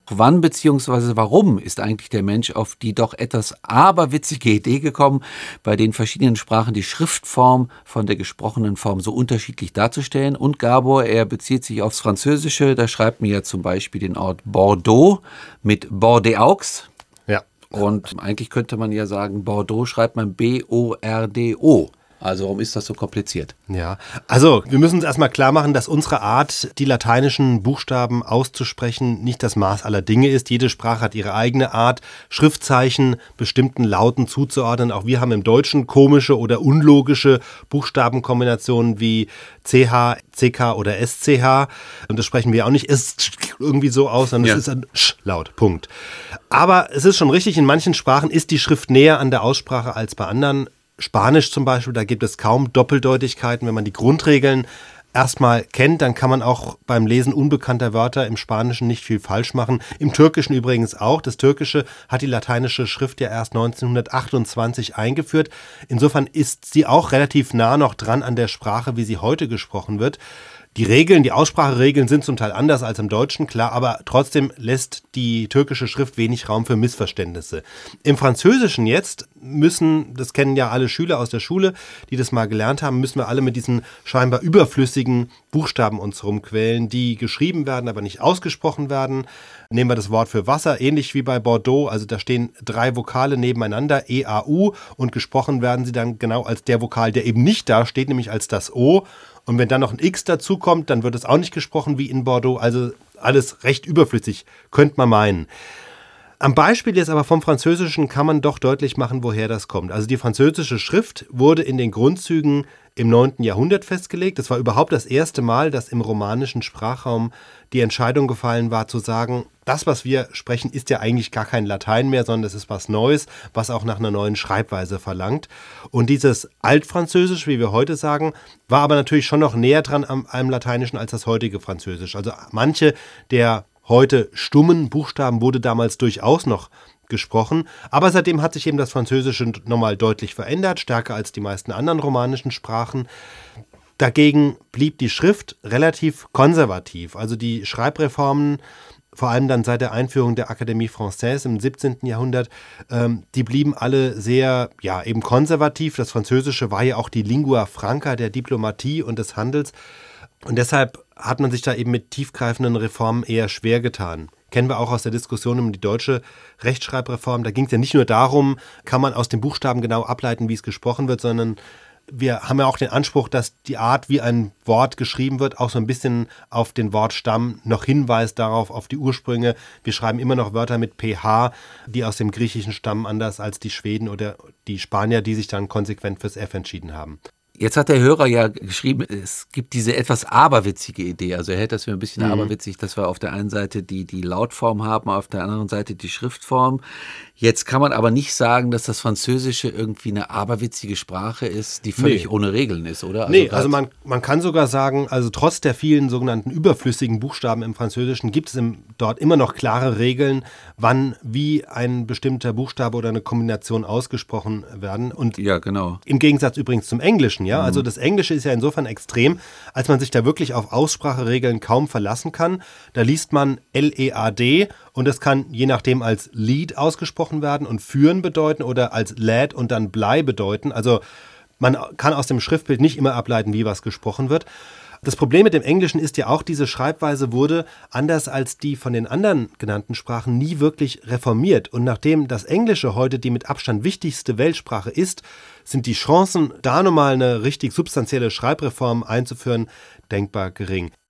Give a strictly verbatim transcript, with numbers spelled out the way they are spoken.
Wann bzw. warum ist eigentlich der Mensch auf die doch etwas aberwitzige Idee gekommen, bei den verschiedenen Sprachen die Schriftform von der gesprochenen Form so unterschiedlich darzustellen? Und Gabor, er bezieht sich aufs Französische, da schreibt mir ja zum Beispiel den Ort Bordeaux mit Bordeaux. Ja. Und eigentlich könnte man ja sagen, Bordeaux schreibt man B O R D O. Also warum ist das so kompliziert? Ja, also wir müssen uns erstmal klar machen, dass unsere Art, die lateinischen Buchstaben auszusprechen, nicht das Maß aller Dinge ist. Jede Sprache hat ihre eigene Art, Schriftzeichen bestimmten Lauten zuzuordnen. Auch wir haben im Deutschen komische oder unlogische Buchstabenkombinationen wie C H, C K oder S C H. Und das sprechen wir auch nicht irgendwie so aus, sondern es ja. ist ein Sch-Laut, Punkt. Aber es ist schon richtig, in manchen Sprachen ist die Schrift näher an der Aussprache als bei anderen. Spanisch zum Beispiel, da gibt es kaum Doppeldeutigkeiten. Wenn man die Grundregeln erstmal kennt, dann kann man auch beim Lesen unbekannter Wörter im Spanischen nicht viel falsch machen. Im Türkischen übrigens auch. Das Türkische hat die lateinische Schrift ja erst neunzehnhundertachtundzwanzig eingeführt. Insofern ist sie auch relativ nah noch dran an der Sprache, wie sie heute gesprochen wird. Die Regeln, die Ausspracheregeln sind zum Teil anders als im Deutschen, klar, aber trotzdem lässt die türkische Schrift wenig Raum für Missverständnisse. Im Französischen jetzt müssen, das kennen ja alle Schüler aus der Schule, die das mal gelernt haben, müssen wir alle mit diesen scheinbar überflüssigen Buchstaben uns rumquälen, die geschrieben werden, aber nicht ausgesprochen werden. Nehmen wir das Wort für Wasser, ähnlich wie bei Bordeaux, also da stehen drei Vokale nebeneinander, E, A, U, und gesprochen werden sie dann genau als der Vokal, der eben nicht da steht, nämlich als das O. Und wenn dann noch ein X dazu kommt, dann wird es auch nicht gesprochen wie in Bordeaux. Also alles recht überflüssig, könnte man meinen. Am Beispiel jetzt aber vom Französischen kann man doch deutlich machen, woher das kommt. Also die französische Schrift wurde in den Grundzügen im neunten Jahrhundert festgelegt. Das war überhaupt das erste Mal, dass im romanischen Sprachraum die Entscheidung gefallen war, zu sagen, das, was wir sprechen, ist ja eigentlich gar kein Latein mehr, sondern es ist was Neues, was auch nach einer neuen Schreibweise verlangt. Und dieses Altfranzösisch, wie wir heute sagen, war aber natürlich schon noch näher dran am, am Lateinischen als das heutige Französisch. Also manche der heute stummen Buchstaben wurde damals durchaus noch gesprochen, aber seitdem hat sich eben das Französische nochmal deutlich verändert, stärker als die meisten anderen romanischen Sprachen. Dagegen blieb die Schrift relativ konservativ, also die Schreibreformen, vor allem dann seit der Einführung der Académie Française im siebzehnten Jahrhundert, ähm, die blieben alle sehr, ja, eben konservativ. Das Französische war ja auch die Lingua Franca der Diplomatie und des Handels. Und deshalb hat man sich da eben mit tiefgreifenden Reformen eher schwer getan. Kennen wir auch aus der Diskussion um die deutsche Rechtschreibreform. Da ging es ja nicht nur darum, kann man aus den Buchstaben genau ableiten, wie es gesprochen wird, sondern wir haben ja auch den Anspruch, dass die Art, wie ein Wort geschrieben wird, auch so ein bisschen auf den Wortstamm noch hinweist, darauf, auf die Ursprünge. Wir schreiben immer noch Wörter mit P H, die aus dem Griechischen stammen, anders als die Schweden oder die Spanier, die sich dann konsequent fürs F entschieden haben. Jetzt hat der Hörer ja geschrieben, es gibt diese etwas aberwitzige Idee. Also er hält das für ein bisschen mhm. aberwitzig, dass wir auf der einen Seite die, die Lautform haben, auf der anderen Seite die Schriftform. Jetzt kann man aber nicht sagen, dass das Französische irgendwie eine aberwitzige Sprache ist, die völlig nee. ohne Regeln ist, oder? Also nee, also man, man kann sogar sagen, also trotz der vielen sogenannten überflüssigen Buchstaben im Französischen gibt es im, dort immer noch klare Regeln, wann wie ein bestimmter Buchstabe oder eine Kombination ausgesprochen werden. Und ja, genau. Im Gegensatz übrigens zum Englischen, ja. Mhm. Also das Englische ist ja insofern extrem, als man sich da wirklich auf Ausspracheregeln kaum verlassen kann. Da liest man L E A D und das kann je nachdem als Lead ausgesprochen werden und führen bedeuten oder als lad und dann blei bedeuten. Also man kann aus dem Schriftbild nicht immer ableiten, wie was gesprochen wird. Das Problem mit dem Englischen ist ja auch, diese Schreibweise wurde, anders als die von den anderen genannten Sprachen, nie wirklich reformiert. Und nachdem das Englische heute die mit Abstand wichtigste Weltsprache ist, sind die Chancen, da nochmal eine richtig substanzielle Schreibreform einzuführen, denkbar gering.